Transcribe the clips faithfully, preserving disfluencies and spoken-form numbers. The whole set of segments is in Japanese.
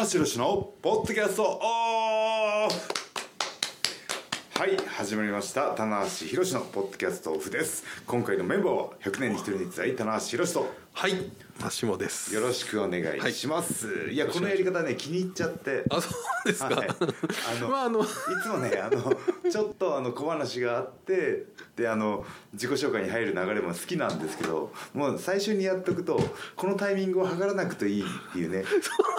橋宏のポッドキャストオフ。はい、始まりました棚橋宏のポッドキャストオフです。今回のメンバーはひゃくねんに一人に在棚橋宏と、 はい、マシモです。 よろしくお願いします、はい、いやこのやり方ね気に入っちゃって。 あ、そうですか、はい、 あの、 まあ、あのいつもねあのちょっとあの小話があってであの自己紹介に入る流れも好きなんですけど、もう最初にやっとくとこのタイミングを測らなくていいっていうね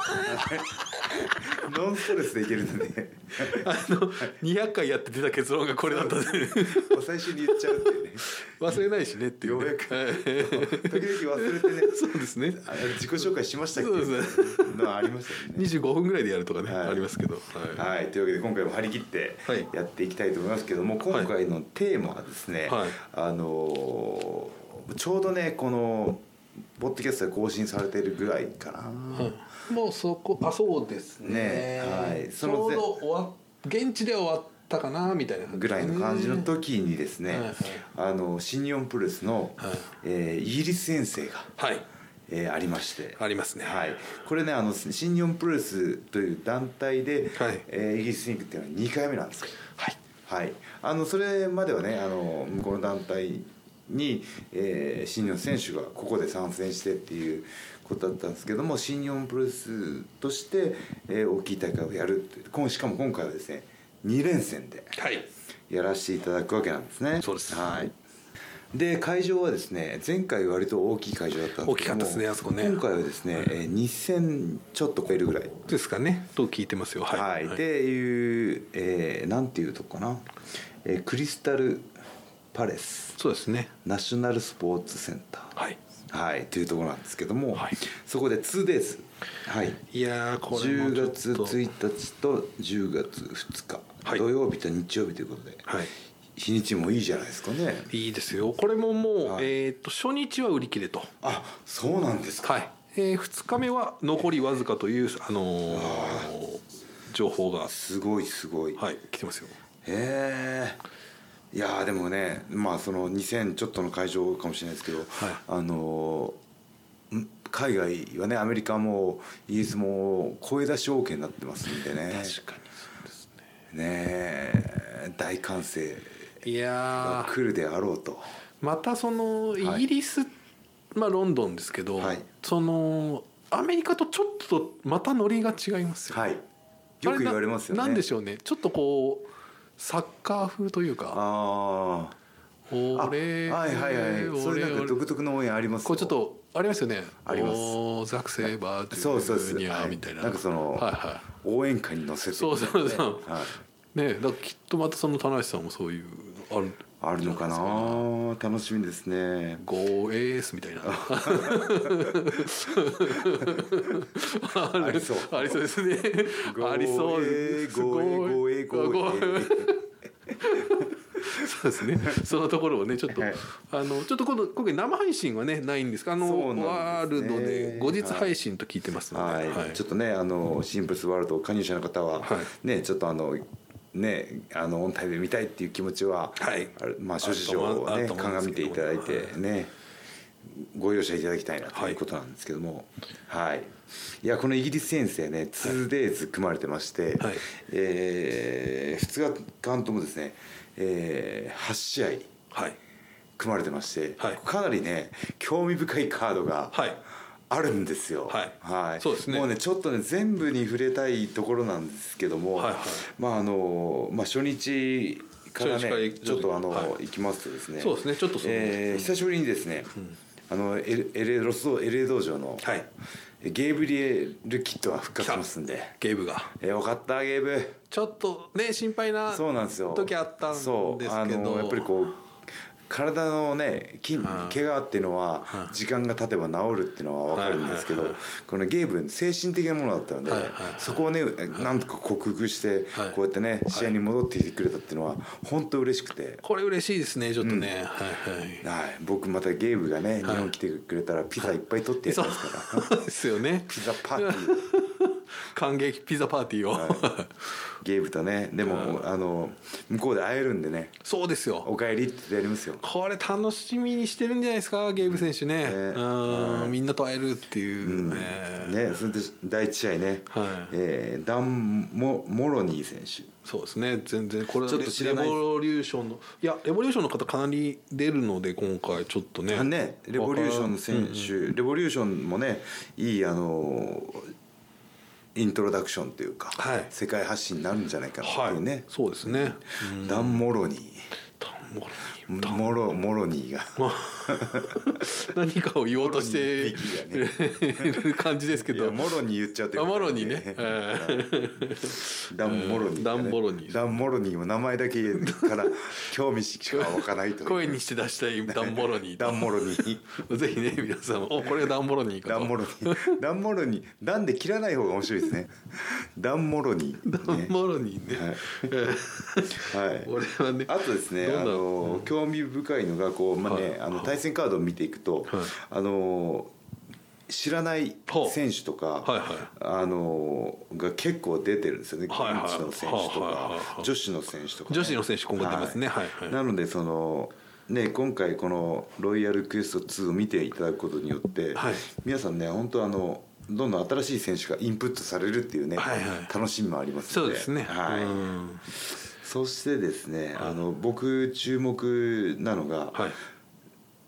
ノンストレスでいけるのであのにひゃっかいやって出た結論がこれだったんでもう最初に言っちゃうっていうね忘れないしねっていう、ね、 ようやく時々忘れてねそうですね、 自己紹介しましたっけのはありましたよね。 にじゅうごふんぐらいでやるとかね、はい、ありますけど、 はい、はい、というわけで今回も張り切ってやっていきたいと思いますけども、はい、今回のテーマはですね、はい、あのちょうどねこのポッドキャストが更新されているぐらいかな、 はい、もうそこあそうです ね, ね、はい、そのちょうど終わ現地で終わったかなみたいなぐらいの感じの時にですね、はいはい、あの新日本プロレスの、はい、えー、イギリス遠征が、はい、えー、ありましてありますね、 はい、これねあの新日本プロレスという団体で、はい、えー、イギリスに行くっていうのはにかいめなんですよ。はい、はい、あのそれまではねあの向こうの団体に、えー、新日本選手がここで参戦してっていうことだったんですけども、新日本プロレスとして、えー、大きい大会をやるっていう、しかも今回はですねに連戦でやらせていただくわけなんですね。 そうです、 はい、で会場はですね前回割と大きい会場だったんですけども、 大きかったですねあそこね。 今回はですね、うん、にせんちょっと超えるぐらいですかねと聞いてますよ。はい、 はい、はい、っていう、えー、なんていうとこかな、えー、クリスタルパレス、 そうですね、 ナショナルスポーツセンター、はい、はい、というところなんですけども、はい、そこで ツーデイズ、はい、 いやこれじゅうがつついたちとじゅうがつふつか、はい、土曜日と日曜日ということで、はい、日にちもいいじゃないですかね。 いいですよ。これももう、はい、えー、と初日は売り切れと。 あ、そうなんですか。 はい、えー、ふつかめは残りわずかという、あのー、情報がすごいすごい、 はい、来てますよ。 へえ。いやでもね、まあそのにせんちょっとの会場かもしれないですけど、はい、あの海外はねアメリカもイギリスも声出し オーケー になってますんでね。 確かにそうですね。 ねえ大歓声が来るであろうと。 またそのイギリス、はい、まあロンドンですけど、はい、そのアメリカとちょっとまたノリが違いますよ。はい、 よく言われますよね。 なんでしょうね。ちょっとこうサッカー風というか、ああ、俺はいはいはい、それなんか独特の応援ありますよ。 こうちょっとありますよね。 あります。 おザクセイバーというそうそうそう、 ニャーみたいな、 なんかその、はいはい、応援歌に乗せて、 そうそうそう、はい、ね、だからきっとまたその田無さんもそういうあるあるのかな。楽しみですね。 ゴーエースみたいなありそうありそうですね。ありそうです。 ゴーエーゴーエーゴーエーそうですね。そのところをねちょっと、はい、あのちょっと今度今回生配信はねないんですか。あのーね、ワールドで後日配信と聞いてますので、はいはいはい、ちょっとねあのシンプルスワールド加入者の方は、はい、ねちょっとあのね、あのオンタイムで見たいっていう気持ちは、はい、まあ諸事情をね鑑みていただいてね、はい、ご容赦いただきたいなということなんですけども、はい、はい、いやこのイギリス遠征ね ツーデイズ組まれてまして、はい、えー、ふつかかんともですね、えー、はち試合組まれてまして、はい、かなりね興味深いカードが、はい、あるんですよ。はい、はい、そうですね。もうねちょっとね全部に触れたいところなんですけども、はいはい、まああのまあ初日からねちょっとあの、はい、行きますとですね。 そうですね。ちょっとそう、 えー、久しぶりにですね、うん、あの エルエー ロス エルエー 道場の、はい、ゲイブリエルキッドが復活しますんで。 ゲイブが。 えー、よかったゲイブ。 ちょっとね心配な時あったんですけど。そうあのやっぱりこう。体のね筋怪我っていうのは時間が経てば治るっていうのは分かるんですけど、このゲーム精神的なものだったので、そこをねなんとか克服してこうやってね試合に戻ってきてくれたっていうのは本当嬉しくて、 これ嬉しいですねちょっとね、 うん、はいはい、僕またゲームがね日本来てくれたらピザいっぱい取ってやりますから。 そうですよね。 ピザパーティー歓迎ピザパーティーを、はい、 ゲーブとねでも、うん、あの向こうで会えるんでねそうですよおかえりってやりますよこれ楽しみにしてるんじゃないですかゲーブ選手ね、えー、うんみんなと会えるっていう、うん、ねねそれでだいいち試合ね、はいえー、ダンモ・モロニー選手そうですね全然これちょっとレボリューションのいやレボリューションの方かなり出るので今回ちょっとねねレボリューション選手、うんうん、レボリューションもねいいあのイントロダクションというか、はい、世界発信になるんじゃないかなっていうね、はい、 そうですね、 うん、ダン・モロニーダン・モロニーモロモロニーが何かを言おうとしている感じですけどモロニー言っちゃうというか、 ね、モロニーねダン・モロニー、ね、 ダン・モロニーダン・モロニーも名前だけから興味しか湧かないと声にして出したいダン・モロニーダン・モロニーぜひね皆さんもおこれがダン・モロニーかとダン・モロニーダン・モロニーダンで切らない方が面白いですねダン・モロニー、 ね、ダン・モロニーねはい、はい、これはねあとですねあの、うん、興味深いのがこう、まあね、はい、あの対戦カードを見ていくと、はい、あの知らない選手とか、はいはい、あのが結構出てるんですよね、はいはい、現地の選手とか、はいはい、女子の選手とか、ね、 女子の選手今後出ますね、はいはい、 なのでそのね、今回このロイヤルクエストツーを見ていただくことによって、はい、皆さんね本当あのどんどん新しい選手がインプットされるっていうね、はいはい、楽しみもありますので、 そうですね、はい、うんそしてですね、あの僕注目なのが、はい、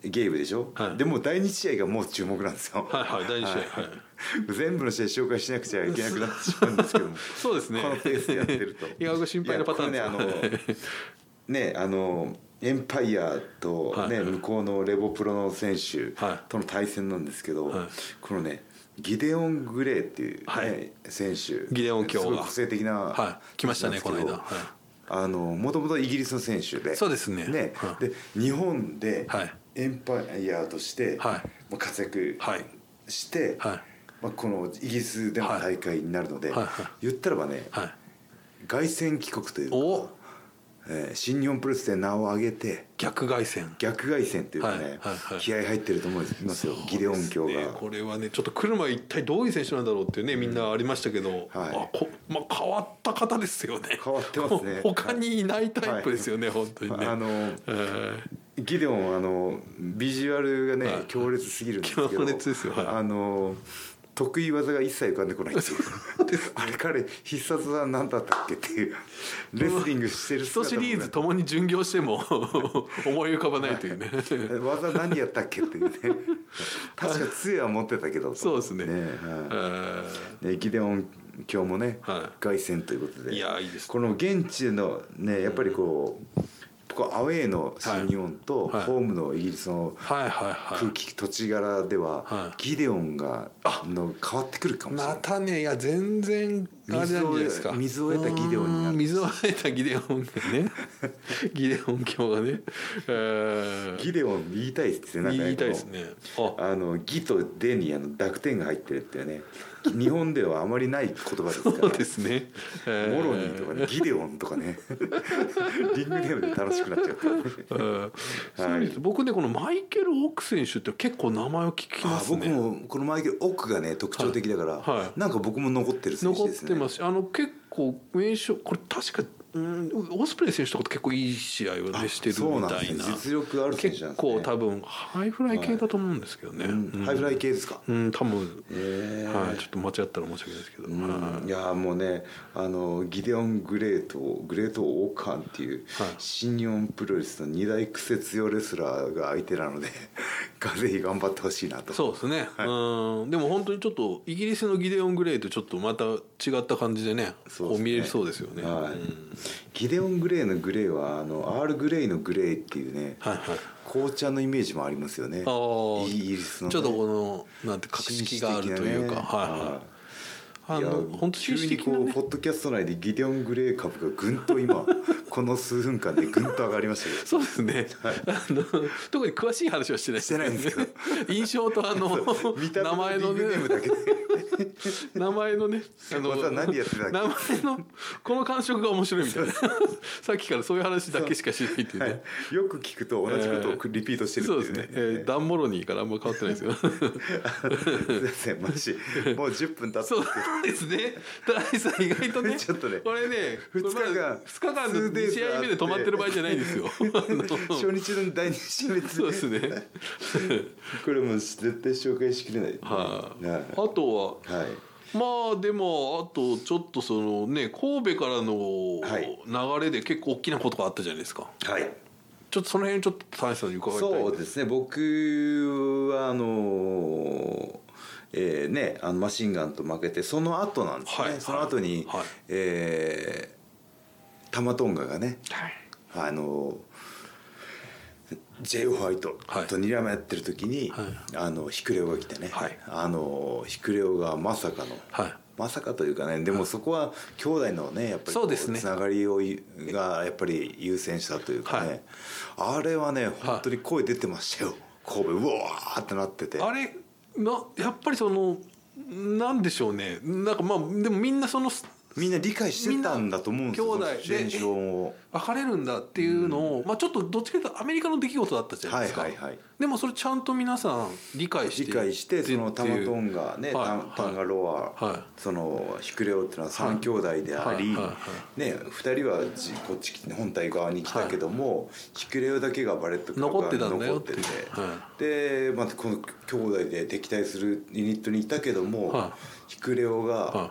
ゲームでしょ、はい、でも第二試合がもう注目なんですよ。 はいはい第二試合、はい、 全部の試合紹介しなくちゃいけなくなってしまうんですけどもそうですねこのペースでやってるといや心配なパターンですね。あのねあのエンパイアと、ねはい、向こうのレボプロの選手との対戦なんですけど、はい、このねギデオン・グレーっていう、ねはい、選手ギデオン卿がすごい個性的な、 はい、来ましたねこの間、はい、 あのもともとイギリスの選手でそうですね、 ね、はい、で日本でエンパイアとして活躍して、はいはい、まあ、このイギリスでの大会になるので、はいはいはい、言ったらばね、はい、凱旋帰国というかおえー、新日本プロレスで名を上げて逆凱旋逆凱旋っていうかね、はいはいはい、気合入ってると思いますよ、ギデオン卿が。 これはねちょっと来る前一体どういう選手なんだろうっていうねみんなありましたけど、うん、はい、あこまあ、変わった方ですよね。 変わってますね他にいないタイプですよね、はい、本当にね。あの、えー、ギデオンあのビジュアルがね、はい、強烈すぎるんですけど強烈ですよ、はい、 あの得意技が一切浮かんでこないんですよあれ彼必殺技何だったっけっていうレスリングしてる姿も一シリーズともに巡業しても思い浮かばないというね技何やったっけっていうね確か杖は持ってたけどそうですね、 はい、ギデオン卿もね、はい、凱旋ということで、 いやいいですね、 この現地のねやっぱりこうアウェーの新日本とホームのイギリスの空気土地柄ではギデオンがの変わってくるかもしれない。 またねいや全然あれなんじゃないですか。 水を得たギデオンになる。 水を得たギデオンがねギデオン卿がね、えー、ギデオン言いたいですね。なんか言いたいですね。 あのギとデにあの濁点が入ってるっていうね日本ではあまりない言葉ですから。 そうですね、 えー、モロニーとかねギデオンとかねリングネームで楽しくなっちゃうからね、えーはい、僕ねこのマイケル・オーク選手って結構名前を聞きますね。 僕もこのマイケル・オークがね特徴的だから、はいはい、なんか僕も残ってる選手ですね。 残ってます。あの結構名称これ確かうん、オースプレイ選手とかと結構いい試合を、ね、してるみたいな、 実力ある選手なんですね。 結構多分ハイフライ系だと思うんですけどね、はい、 うん、ハイフライ系ですか。 うん多分、えーはい、ちょっと間違ったら申し訳ないですけど、うんはい、いやもうねあのギデオン・グレートグレート・オーカーンっていう、はい、新日本プロレスの二大クセ強レスラーが相手なのでぜひ頑張ってほしいなと。 そうですね、はい、うんでも本当にちょっとイギリスのギデオン・グレーとちょっとまた違った感じでねこう見えそうですよね、はい、うん、 ギデオン・グレーのグレーはあのアール・グレイのグレーっていうね、はいはい、紅茶のイメージもありますよね。イギリスの、ね、 ちょっとこのなんて格式があるというか、ね、はいはい、あの本当急にこうポッドキャスト内でギデオン・グレー株がぐんと今この数分間でぐんと上がりましたけどそうですね、はい、あの特に詳しい話はしてないしてないんですけど印象とあの名前のね名前のねあのまた何やってたっけ、 名前のこの感触が面白いみたいなさっきからそういう話だけしかしないっていうね、はい、 よく聞くと同じことをリピートしてるっていうね、 そうですね、えー、ダンモロニーからあんま変わってないですよすいませんマジもうじゅっぷん経ってそうですね大さん意外とねちょっとねこれねふつかかんふつかかんのに試合目で止まってる場合じゃないですよ初日のだいに試合目で、ね、 そうですねこれも絶対紹介しきれない、 はあ、はい、あとは、はい、まあでもあとちょっとそのね神戸からの流れで結構大きなことがあったじゃないですか。 はい。 ちょっとその辺ちょっと田中さんに伺いたい。 そうですね。僕はあのえー、ねあのマシンガンと負けてその後なんですね。はい、その後に、はい、えー、タマトンガがね、はい、あの J. ホワイトとにらめやってる時に、はい、あのヒクレオが来てね、はい、あのヒクレオがまさかの、はい、まさかというかねでもそこは兄弟のねやっぱりつながりをがやっぱり優先したというかね、はい、あれはね本当に声出てましたよ神戸うわーってなっててあれなやっぱりそのなんでしょうねなんかまあでもみんなそのみんな理解してたんだと思うんですよ。 兄弟で別れるんだっていうのを、うん、まあちょっとどっちかというとアメリカの出来事だったじゃないですか。はいはいはい、でもそれちゃんと皆さん理解して理解してそのタマトンガね、はい、タンガロア、はい、そのヒクレオっていうのは三兄弟であり、ね二人はこっち本体側に来たけども、はい、ヒクレオだけがバレットクラブ側に残ってて、はい、でまたこの兄弟で敵対するユニットにいたけども、はい、ヒクレオが、はい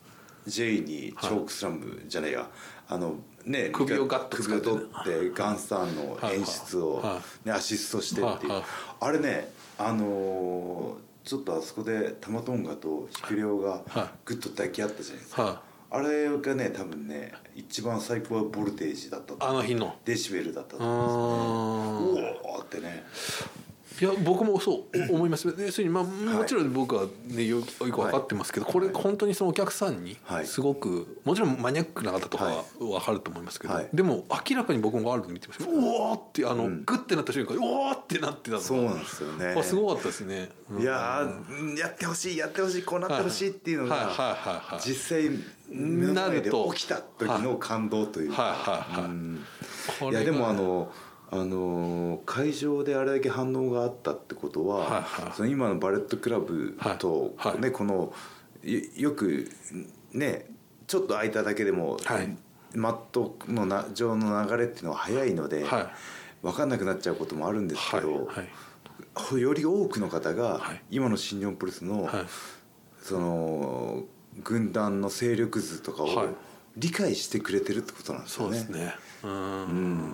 J にチョークスラムじゃないやあのね首をガッと首を取ってガンスターンの演出をねアシストしてっていうあれねあのちょっとあそこでタマトンガとヒクレオがグッと抱き合ったじゃないですかあれがね多分ね一番最高ボルテージだったあの日のデシベルだったと思うんですねうおーってねいや僕もそう思います要するに、まあ、もちろん僕は、ね、よく分かってますけど、はい、これ本当にそのお客さんにすごく、はい、もちろんマニアックな方とかは分かると思いますけど、はい、でも明らかに僕もワールド見てました、はい、うおーってあの、うん、グッてなった瞬間うおーってなってたのがそうなんですよねすごかったですね、 うん、いややってほしいやってほしいこうなってほしいっていうのが実際目の前で起きた時の感動というかいやでもあのあの会場であれだけ反応があったってことは、はいはい、その今のバレットクラブと、はいはいね、このよくねちょっと空いただけでも、はい、マットのな上の流れっていうのは早いので、はい、分かんなくなっちゃうこともあるんですけど、はいはい、より多くの方が今の新日本プロレスの、はい、その軍団の勢力図とかを理解してくれてるってことなんですよね。 そうですねうん、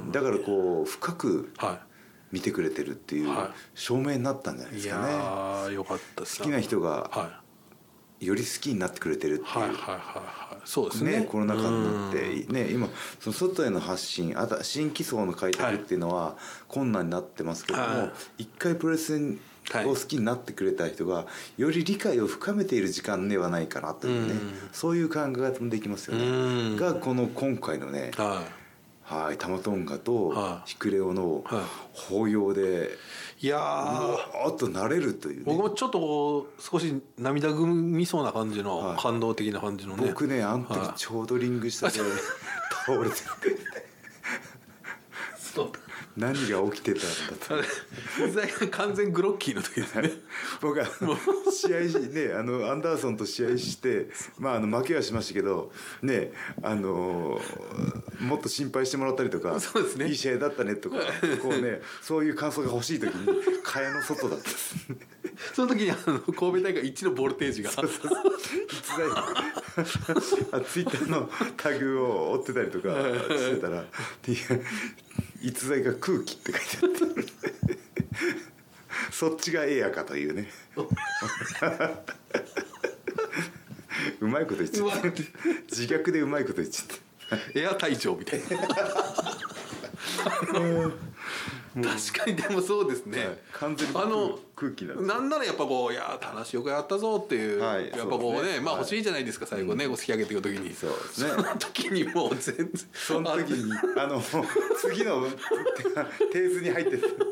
だからこう深く見てくれてるっていう証明になったんじゃないですかね。 いやよかったです好きな人がより好きになってくれてるっていう、はいはいはいはい、そうですね。コロナ禍になってね今その外への発信あと新規層の開拓っていうのは困難になってますけども、はい、一回プロレスを好きになってくれた人がより理解を深めている時間ではないかなというね、うそういう考え方もできますよね。がこの今回のね、はいはい、タマトンガとヒクレオの抱擁で、いやーっとなれるという、ね、 僕もちょっとこう少し涙ぐみそうな感じの、はい、感動的な感じのね僕ねあの時ちょうどリング下で倒れてるそう何が起きてたんだと完全グロッキーの時ですね僕は試合しねあのアンダーソンと試合してまああの負けはしましたけどねあのもっと心配してもらったりとかそうですねいい試合だったねとかこうねそういう感想が欲しい時に蚊帳の外だったですその時にあの神戸大会一のボルテージがそうそうそうツイッターのタグを追ってたりとかしてたら逸材が空気って書いてあってそっちがええやかというねうまいこと言っちゃって自虐でうまいこと言っちゃってエア隊長みたいな確かにでもそうですね、はい、 完全に空空気なんですなんならやっぱこういや田中よくやったぞっていう、はい、やっぱこう ね, ねまあ欲しいじゃないですか、はい、最後ね、うん、突き上げていく時にそうですねその時にもう全然その時にあの次のテーズに入ってて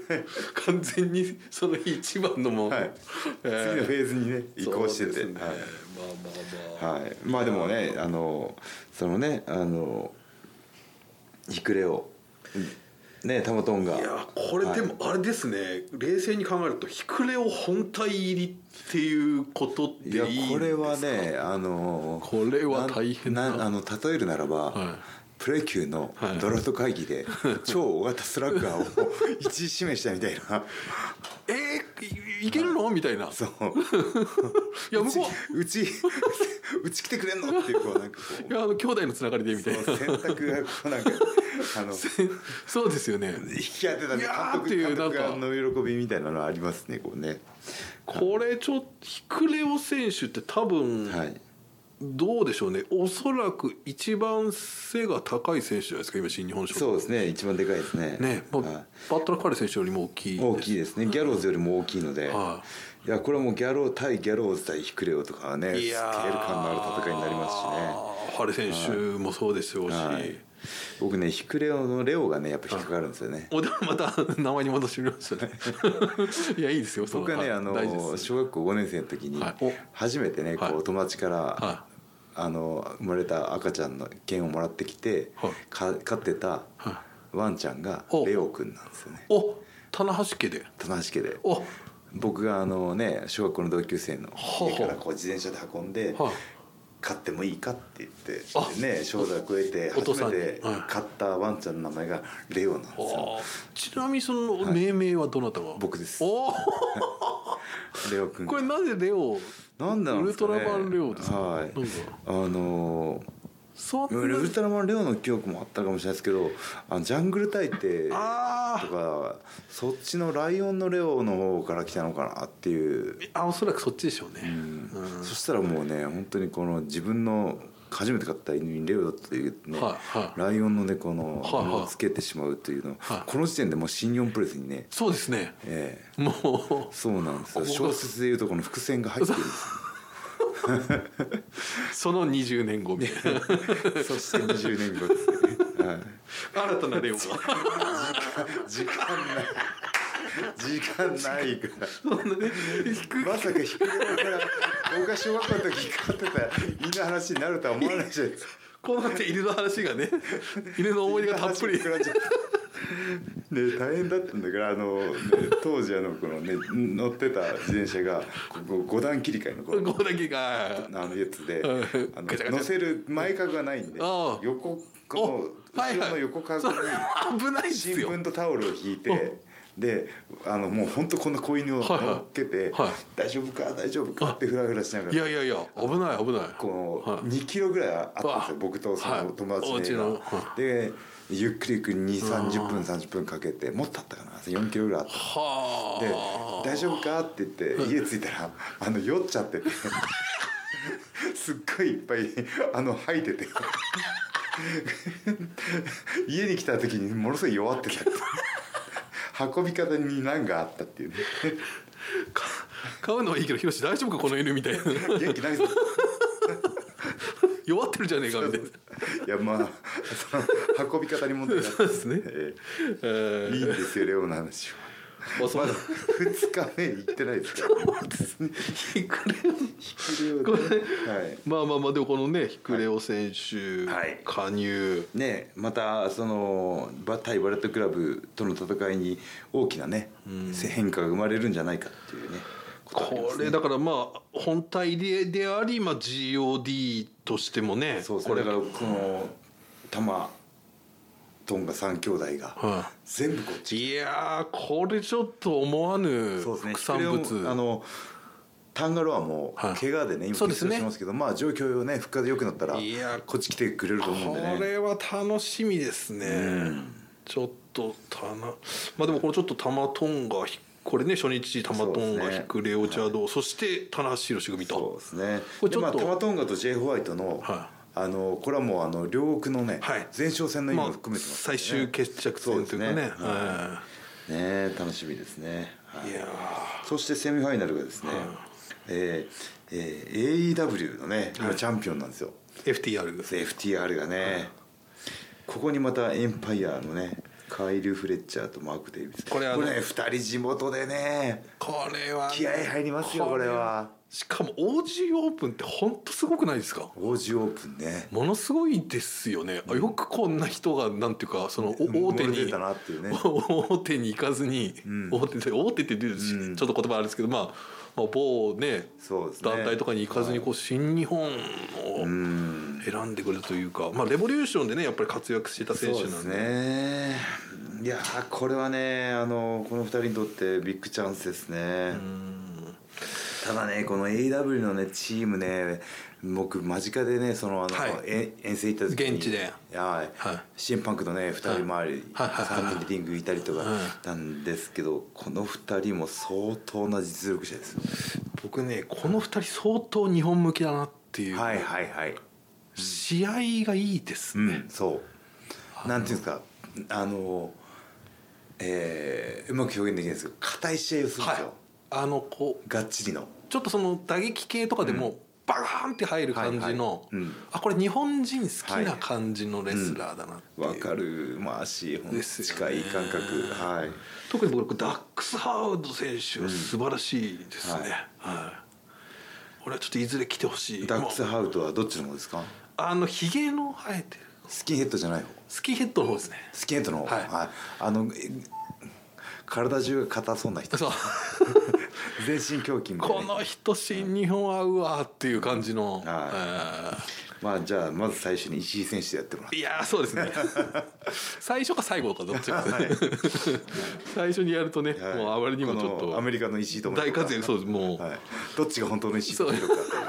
完全にその日一番のもう、はい、 えー、次のフェーズにね移行してて、ね、はい、まあまあまあ、はい、まあでもねあのそのねあのヒクレオねタマトンガ、 いやこれでもあれですね、はい、冷静に考えるとヒクレオ本体入りっていうことっていいんですか？いやこれはねあのこれは大変だなあの例えるならば、はい、プロ野球のドラフト会議で超大型スラッガーを一時指名したみたいなえー、いけるのみたいな。 そういや向こううちうち来てくれんのっていうこうなんかこういやあの兄弟のつながりでみたいな選択がこうなんかあのそうですよね引き当てたね監督監督がの喜びみたいなのありますねこうね。 これちょっとヒクレオ選手って多分、はい、どうでしょうね、おそらく一番背が高い選手じゃないですか今新日本賞。 そうですね一番でかいですね。 ね、まあはい、バットラーカレー選手よりも大きいです。 大きいですね。ギャローズよりも大きいので、はい、いやこれはもうギャロー対ギャローズ対ヒクレオとかはねスケール感のある戦いになりますしね。 ハレ選手もそうでしょうし、はい、 僕ねヒクレオのレオがねやっぱ引っかかるんですよね。 おでもまた名前に戻してみましたねいやいいですよ。 僕はねあの小学校ごねん生の時に初めてねこう友達から、はいはい、あの生まれた赤ちゃんの剣をもらってきて、はい、か飼ってたワンちゃんがレオくんなんですよね。 お棚橋家で棚橋家でお僕があのね小学校の同級生の家からこう自転車で運んで、はあ、飼ってもいいかって言ってね承諾を得て初めて飼ったワンちゃんの名前がレオなんですよ。 ちなみにその命名はどなたが？ 僕です。レオくん。 これなぜレオなんでなんですかね。 ウルトラマンレオですか？はい、 あのーウルトラマンレオの記憶もあったかもしれないですけどあのジャングル大帝とかそっちのライオンのレオの方から来たのかなっていう。 あおそらくそっちでしょうね、 うんうん、そしたらもうね本当にこの自分の初めて飼った犬にレオっていうね、はいはい、ライオンの猫の名をつけてしまうというの、はいはい、この時点でもう新日本プロレスにねそうですね、 ええ、もうそうなんですよ。小説でいうとこの伏線が入ってるんですそのにじゅうねんごみたいなそしてにじゅうねんごですね、はい、 新たなレオが時間ない時間ないからまさか低いから僕が小学校の時飼ってた犬の話になるとは思わないじゃないですか。 こうなって犬の話がね犬の思い出がたっぷりね、大変だったんだからあの、ね、当時あのこの、ね、乗ってた自転車がご段切り替えのこのご段切り替えあのやつであの乗せる前かごがないんで横この後ろの横かごに新聞とタオルを引いてであのもう本当こんな子犬を乗っけて、はいはい、大丈夫か大丈夫かってフラフラしながらいやいやいや危ない危ないこのにキロぐらいあったんですよ僕とその友達の家が。でゆっくりゆっくりにじゅうさんじゅっぷんさんじゅっぷんかけてもっとあったかなよんキロぐらいあったで大丈夫かって言って家着いたらあの酔っちゃっててすっごいいっぱいあの吐いてて家に来た時にものすごい弱ってたって運び方に難があったっていうね買うのはいいけどヒロシ大丈夫かこの犬みたいな元気ないぞ弱ってるじゃねえかみたいな。 いやまあその運び方に問題があってそうですね、 えー、いいんですよレオの話は。まだふつかめ行ってないですからそうですねヒクレオヒクレオ、ねはい、まあまあまあでもこのねヒクレオ選手、はい、加入ねまたその対バレットクラブとの戦いに大きなね、うん、変化が生まれるんじゃないかっていうねこれだからまあ本体でであり、まあ、ジーオーディー としてもねそうですねだからこの玉トンガ三兄弟が全部こっち、 いやこれちょっと思わぬ副産物、 ね、あのタンガロアも怪我でね、はい、今欠場してますけど、ね、まあ状況ね復活で良くなったらこっち来てくれると思うんでねこれは楽しみですね、うん、ちょっとたなまあでもこのちょっとタマトンガこれね初日タマトンガ、ヒクレオチャド、はい、そして棚橋宏組とそうですねで、まあ、タマトンガと J ホワイトの、はい、あのこれはもうあの両国のね、はい、前哨戦の意味も含めてます、 ねまあ、最終決着戦というかね、ね、 はい、ね楽しみですね、はい、 いやそしてセミファイナルがですね、はいえーえー、エーイーダブリュー のね今チャンピオンなんですよ、 エフティーアールエフティーアール がね、はい、ここにまたエンパイアのねカイル・フレッチャーとマーク・デイビス。 これこれねふたり地元でねこれは、ね、 気合入りますよこれは。 しかも オージー オープンって本当すごくないですか。 オージー オープンねものすごいですよね、うん、よくこんな人がなんていうかその大手に、ね、大手に行かずに、うん、大手大手って言う、うん、ちょっと言葉あるんですけど、まあ、まあ某ねそうですね団体とかに行かずにこう新日本を選んでくれたというか、まあ、レボリューションでねやっぱり活躍してた選手なんで。 そうですね。いやこれはねあのこのふたりにとってビッグチャンスですね。うんただねこの エーイーダブリュー のねチームね僕間近でねそのあの、はい、遠征行った時に現地で、 はい、はい、シーエムパンクのねふたり周り、はい、さんにんでリングいたりとかなんですけど、はい、このふたりも相当な実力者です。 僕ねこのふたり相当日本向きだなっていう、 はいはいはい、 試合がいいですね、 うん、そうなんていうんですかあの、えー、うまく表現できないんですけど硬い試合をするんですよ、はい、あのこうがっちりのちょっとその打撃系とかでも、うん、バーンって入る感じの、はいはい、うん、あこれ日本人好きな感じのレスラーだなっていう、 わ、はい、うん、かるまあ足ほんと近い感覚、はい、 特に僕ダックスハウド選手は素晴らしいですね、うん、はい、はい、俺はちょっといずれ来てほしい。 ダックスハウドはどっちの方ですか。 あのヒゲの生えてるスキンヘッドじゃない方。 スキンヘッドの方ですね。 スキンヘッドの方、はい、はい、あの体中が硬そうな人。そう全身胸筋みたいな。 この人新日本合うわっていう感じの、はい、えー、まあじゃあまず最初に石井選手でやってもらって。 いやそうですね最初か最後かどっちか、はい、最初にやるとね、はい、もうあまりにもちょっとアメリカの石井と大活躍。そうですもう、はい、 どっちが本当の石井とか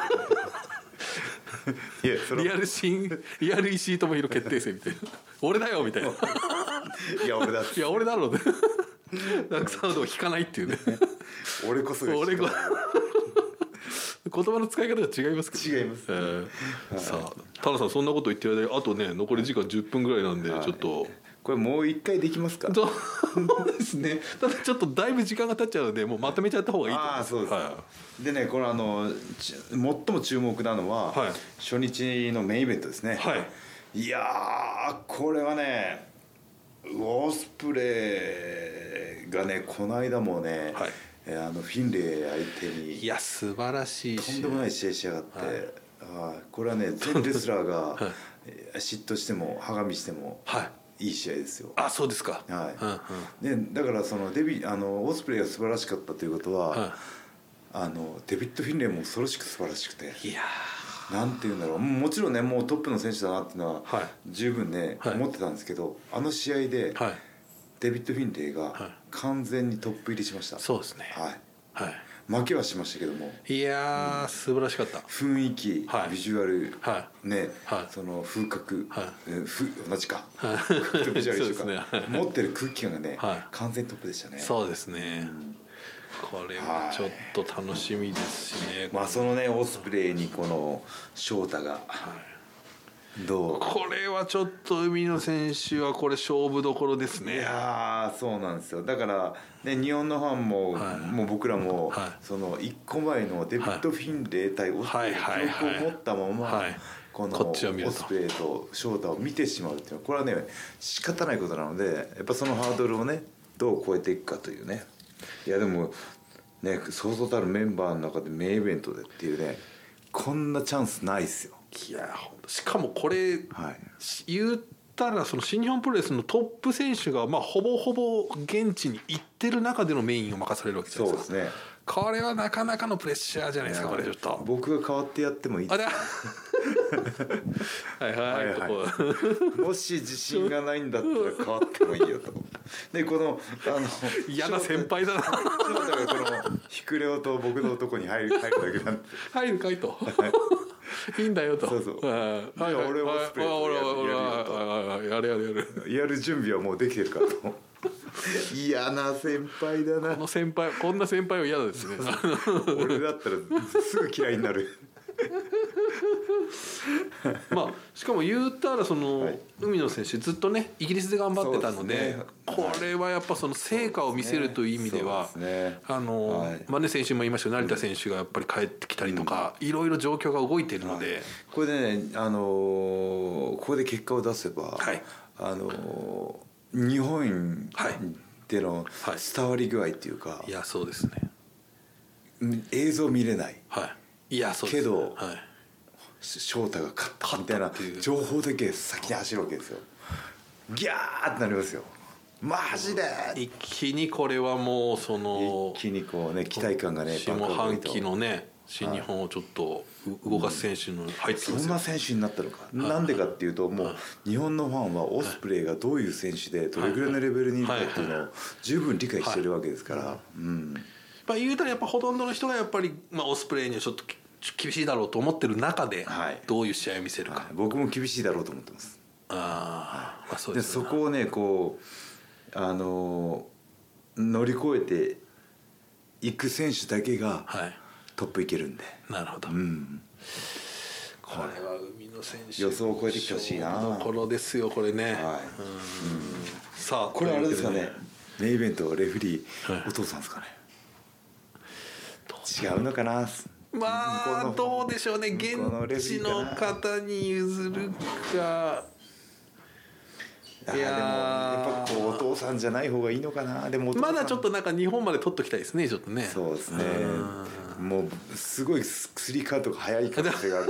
いやそのリアル新リアル石井智弘決定戦みたいな俺だよみたいないや俺だいや俺だろうねダックスハウドを引かないっていうね俺こそが俺こ言葉の使い方が違いますけど、 ね、違います、ね、えーはい、さあタナさんそんなこと言ってる間にあとね残り時間じゅっぷんぐらいなんで、はい、ちょっとこれもう一回できますか。 そうですね。ただちょっとだいぶ時間が経っちゃうのでもうまとめちゃった方がいいと思います。 ああそうです、はい、でねこれあの最も注目なのは、はい、初日のメインイベントですね、はい、いやーこれはねオスプレイがねこの間もね、はい、あのフィンレイ相手にいや素晴らしいとんでもない試合しやがって、はい、あこれはね全レスラーが嫉妬しても歯がみしても、はい、いい試合ですよ。 あそうですか、 はい、うんうん、でだからそのデビあのオスプレイが素晴らしかったということは、はい、あのデビッド・フィンレイも恐ろしく素晴らしくていやなんていうんだろうもちろんねもうトップの選手だなっていうのは十分ね、はい、思ってたんですけどあの試合で、はい、デビッド・フィンレイが完全にトップ入りしました、 はい、そうですね、 はいはい、負けはしましたけどもいやー、うん、素晴らしかった雰囲気、はい、ビジュアル、はい、ね、はい、その風格、はい、同じか、はい、ビジュアルとか、ね、持ってる空気感がね、はい、完全トップでしたね。 そうですね、うん、これはちょっと楽しみですしね、はい、 まあそのねオスプレイにこの翔太が、はい、どうこれはちょっと海野選手はこれ勝負どころですね。 いやそうなんですよ。だから、ね、日本のファンも、はい、もう僕らも、はい、そのいっこまえのデビッド・フィンレイ対オスプレイの記憶を持ったまま、はい、このオスプレイと翔太を見てしまうっていうのはこれはね仕方ないことなのでやっぱそのハードルをねどう超えていくかというね。いやでもねそうそうたるメンバーの中でメインイベントでっていうねこんなチャンスないっすよ。 いやしかもこれ、はい、言ったらその新日本プロレスのトップ選手がまあほぼほぼ現地に行ってる中でのメインを任されるわけじゃないですか。そうですね。これはなかなかのプレッシャーじゃないですか。これちょっと僕が代わってやってもいいですか。 はいはい、はいはい、もし自信がないんだったら変わってもいいよと。でこのあの嫌な先輩だな。 翔太がこのヒクレオと僕のとこに入る入るだけなんで入るかいと。いいんだよと。そうそう。はい、 俺はスプレーとやるやるやるやる。 やる準備はもうできてるからと。嫌な先輩だな。 この先輩こんな先輩は嫌ですね。 俺だったらすぐ嫌いになる。 まあしかも言うたらその、はい、海野選手ずっとねイギリスで頑張ってたの で, で、ね、これはやっぱその成果を見せるという意味では、ね、あの、はい、マネ選手も言いましたけど成田選手がやっぱり帰ってきたりとか、うん、いろいろ状況が動いているので、はい、 これでね、あのー、ここで結果を出せば、はい、あのー日本での伝わり具合っていうか、 はい、いやそうですね、 映像見れない、 はい、いやそうですね、 けど、 はい、 翔太が勝ったみたいな情報だけ先に走るわけですよ。ギャーってなりますよ、マジで。 一気にこれはもうその一気にこうね期待感がね下半期のね新日本をちょっと動かす選手の入ってきますよ、 そんな選手になったのか、なんでかっていうと、もう日本のファンはオスプレイがどういう選手でどれぐらいのレベルにいるかっていうのを十分理解してるわけですから、うん、 まあ言うたらやっぱほとんどの人がやっぱり、まあ、オスプレイにはちょっと厳しいだろうと思ってる中でどういう試合を見せるか、はいはい、 僕も厳しいだろうと思ってます。 あ、はい、まあそうでですね、 そこをねこうあの乗り越えていく選手だけがトップいけるんで、 はい、なるほど、 うん、 これは海野選手予想を超えてきてほしいなところですよこれね、はい、うん、 さあこれあれですかね、メインイベントレフリー、はい、お父さんですかね、違うのかな、 まあどうでしょうね、現地の方に譲るか、 いやでもやっぱこうお父さんじゃない方がいいのかな。でもまだちょっとなんか日本まで取っときたいですね、ちょっとね。 そうですね、もうすごいスリーカートが早い可能性がある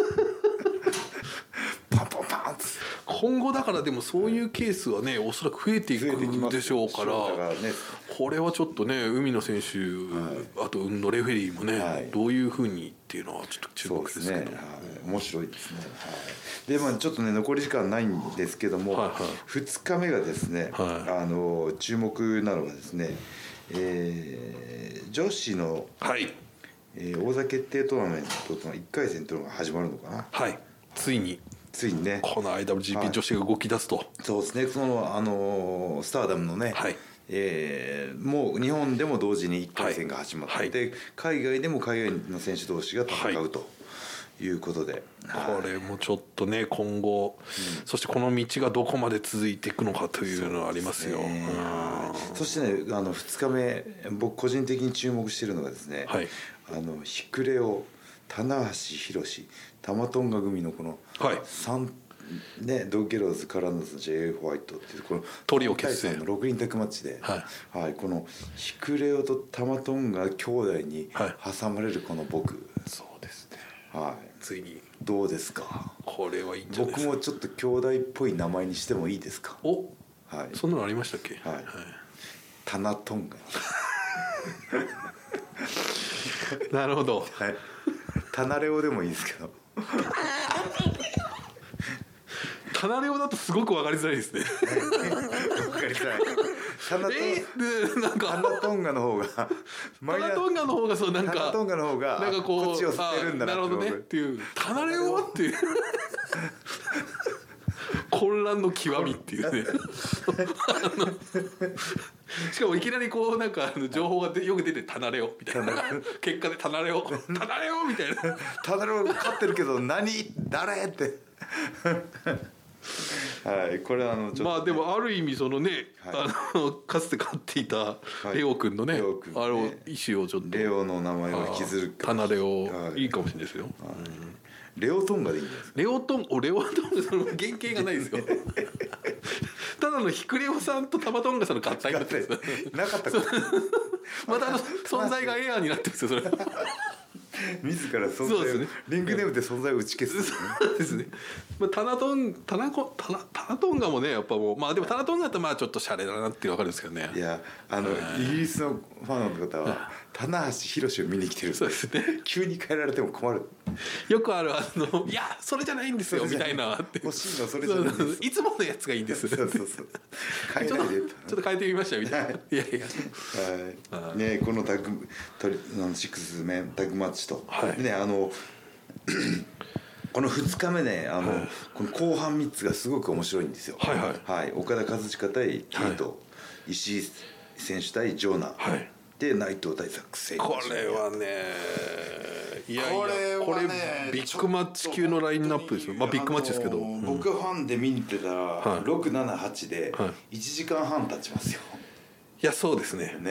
パンパンパンって。 今後だからでもそういうケースはねおそらく増えていくでしょうから、これはちょっとね海野選手、はい、あと運のレフェリーもね、はい、どういうふうにっていうのはちょっと注目ですけど、ね、はい、 面白いですね、はい、でまあちょっとね残り時間ないんですけども、はいはい、ふつかめがですね、はい、あの注目なのがですね、えー、女子の、はい、えー、王座決定トーナメントのいっかい戦というのが始まるのかな、 はい、ついについにねこの アイダブリュージーピー 女子が動き出すと、はい、 そうですね、そのあのスターダムのね、はい、えー、もう日本でも同時にいっかい戦が始まって、はい、で海外でも海外の選手同士が戦うということで、 はい、これもちょっとね今後、うん、そしてこの道がどこまで続いていくのかというのはありますよ。そ, す、ね、 そしてねあのふつかめ僕個人的に注目しているのがですね、はい、あのヒクレオ棚橋宏玉トンガ組のこのさん、はい、ね、ドゲローズカランドズ ジェイエー ホワイトっていうこのトリオ結成のろくにんタッグマッチで、はいはい、このヒクレオと玉トンガ兄弟に挟まれるこの僕、はい、 そうですね、 はい、 ついにどうですか、 これはいいんじゃないですか。 僕もちょっと兄弟っぽい名前にしてもいいですか。 お、はい、そんなのありましたっけ。 はい、はい、タナトンガなるほど、 はい、タナレオでもいいですけどタナレオだとすごく分かりづらいですね分かりづらい。タナトン、えー、なんかタナトンガの方がタナトンガの方がそうなんかタナトンガの方がなんかこうこっちを吸ってるんだなってなるほどねっていうタナレオっていう混乱の極みっていうねしかもいきなりこうなんか情報がよく出てタナレオみたいな結果でタナレオタナレオみたいなタナレオ勝ってるけど何誰ってはい、これはあのちょっと、ね、 まあでもある意味そのね、はい、あのかつて飼っていたレオ君のね、はい、ねあれを意思をちょっとレオの名前を引きずるタナレオ、はい、いいかもしれないですよ、はい、 うん、レオトンガでいいんですか。 レオトンおレオトンガその原型がないですよただのヒクレオさんとタマトンガさんの合体になってるんですなかったまたあの存在がエアーになってるんですよそれ自ら存在を、ね、リングネームで存在を打ち消す、 そうですね。まあタナトンタナコタナタナトンガもねやっぱもうまあでもタナトンガってまあちょっとシャレだなっていうの分かるんですけどね。 いやあのイギリスのファンの方は棚橋宏を見に来てる。 そうですね。 急に変えられても困る。 よくあるあのいやそれじゃないんですよみたいな欲しいのそれじゃないんです。 いつものやつがいいんです。 そうそうそう。変えないで。 ちょっと変えてみましたみたいな。いやいや。 はい。ねこのタッグトリのシックスメンタッグマッチと、はい、ねあのこのふつかめねあの、はい、この後半みっつがすごく面白いんですよ。はいはい。はい、岡田和親対キート、はい、石井選手対ジョーナ、はい、で内藤対ザックセイ。 これはねいやいやこれは、ね、ビッグマッチ級のラインナップですよ。まあビッグマッチですけど、うん、 僕がファンで見に行ってたら、はい、ろく、なな、はちでいちじかんはん経ちますよ。 いやそうですね。 ね。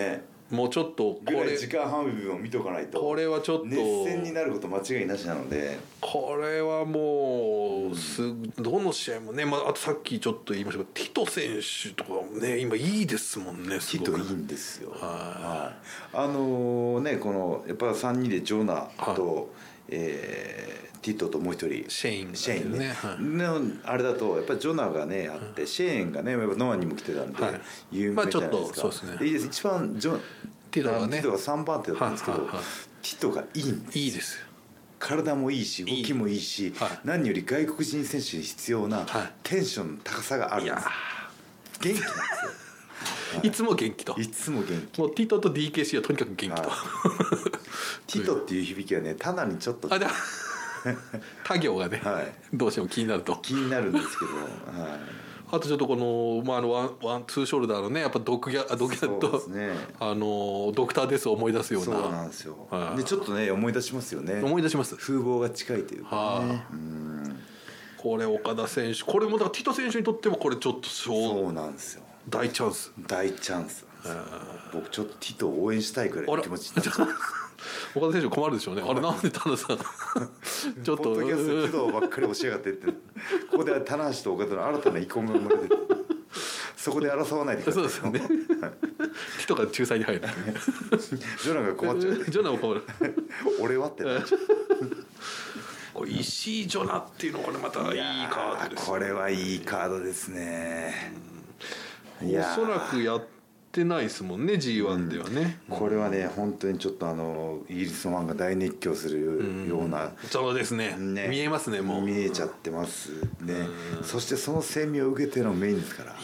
もうちょっとぐらい時間半分を見とかないとこれはちょっと熱戦になること間違いなしなので、 これはもうすどの試合もね、まあ、あとさっきちょっと言いましたけどティト選手とかね今いいですもんね。 すごくティトいいんですよ。はい、あのー、ねこのやっぱさんにんでジョナと、はい、えー、ティトともう一人シェイン、 シェインね、 はい、 のあれだとやっぱりジョナがねあって、はい、シェーンがねノアにも来てたんで、はい、有名じゃないですか。まあ、そうですね。で一番ジョティトがねティトがさんばん手だったんですけど、はいはいはい、ティトがいいんです。 いいですよ。 体もいいし動きもいいし、いい、はい、何より外国人選手に必要なテンションの高さがあるんです。元気なんですよ。 はい、いつも元気と。 いつも元気。 もうティトと ディーケーシー はとにかく元気と。 ティトっていう響きはね、ただにちょっとあで他行がね、はい、どうしても気になると。 気になるんですけど。はい。 あとちょっとこの、まあ、あのワンワンツーショルダーのねやっぱドクギャドクギャと、ね、あのドクターデスを思い出すような。 そうなんですよ。でちょっとね思い出しますよね。 思い出します。 風貌が近いというかね。うん。 これ岡田選手、これもだからティト選手にとってもこれちょっとそうなんですよ。 大チャンス。 大チャンス。僕ちょっとティトを応援したいくらいの気持ちになっちゃう。 岡田選手困るでしょうね。あれなんで田中さんちょっとポッドキャストティトばっかり教えやがってってここで棚橋と岡田の新たな遺恨が生まれてそこで争わないでください。 そうですよね。ティトが仲裁に入る。 ジョナが困っちゃう。 ジョナも困る。 俺はってなっちゃう。 これ石井ジョナっていうのこれまたいいカードです、ね、 これはいいカードですね。 おそらくやってないですもんね ジーワン ではね、 うん、これはね本当にちょっとあのイギリスのファンが大熱狂するような、うん、 そうです ね, ね見えますね。もう見えちゃってますね、うん、そしてその声明を受けてのメインですから。いや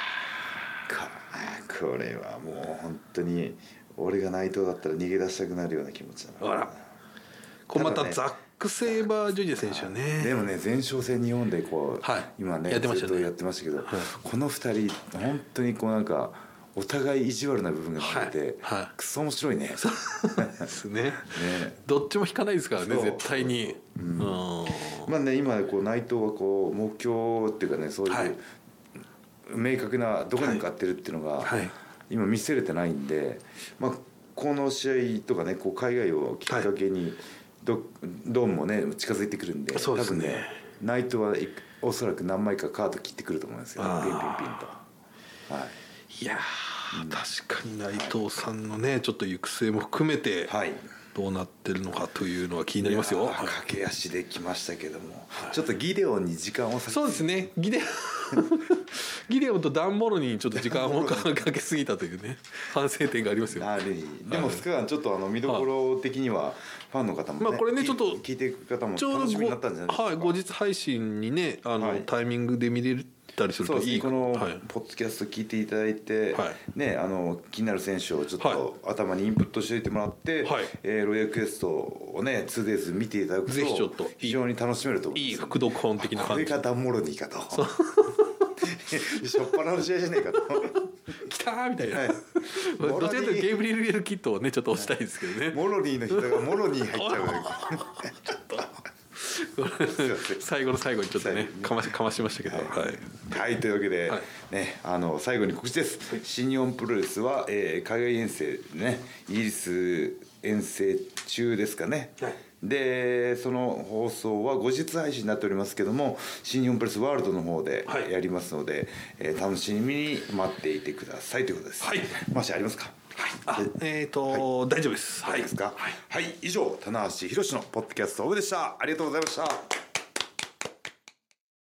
これはもう本当に俺が内藤だったら逃げ出したくなるような気持ちだな。 あらこれまたザック・セイバージュニア選手はねでもね前哨戦日本でこう、はい、今ねやってましたねやってましたけど、はい、このふたり本当にこうなんかお互い意地悪な部分が出て、はいはい、クソ面白いね。 そうですね。ねどっちも引かないですからね絶対に。うん、 まあね今こう内藤はこう目標っていうかねそういう、はい、明確などこに向かってるっていうのが、はい、今見せれてないんで、まあ、この試合とかねこう海外をきっかけに、はい、どドームもね近づいてくるんで、 そうですね、 多分ね内藤はおそらく何枚かカード切ってくると思いますよ。ピンピンピンと。はい、 いやー、うん、確かに内藤さんのねちょっと行く末も含めて、はい、どうなってるのかというのは気になりますよ。 駆け足できましたけども、はい、ちょっとギデオンに時間を割そうですねギデオンギデオンとダンボロにちょっと時間をかけすぎたというね反省点がありますよ。 あれでもふつかかんちょっとあの見どころ的にはファンの方もね、 まあこれねちょっと聞いていく方も楽しみになったんじゃないですか。 はい、後日配信にねあの、はい、タイミングで見れるたりするといい。 このポッドキャスト聞いていただいて、はい、ねあの気になる選手をちょっと頭にインプットしておいてもらって、はい、えー、ロイヤルクエストをね ツーデイズ 見ていただくとぜひちょっと非常に楽しめると思います。 いい副読本的な感じ。 これがダンモロニーかと。しょっぱなの試合じゃねえかと。 来たーみたいな、はい、どちらかというとゲイブリエルキットをねちょっと押したいですけどね。 モロニーの人がモロニー入っちゃうちょっと最後の最後にちょっとねかましかましましたけど、はい、 はい、というわけで、はい、ねあの最後に告知です。新日本プロレスは、えー、海外遠征ねイギリス遠征中ですかね。はい、でその放送は後日配信になっておりますけども新日本プロレスワールドの方でやりますので、はい、えー、楽しみに待っていてくださいということです。はい、マシありますか。 はい、あえっ、ー、と、はい、大丈夫です。 はい、ですか。はい、はい、以上棚橋宏のポッドキャストオフでした。ありがとうございました。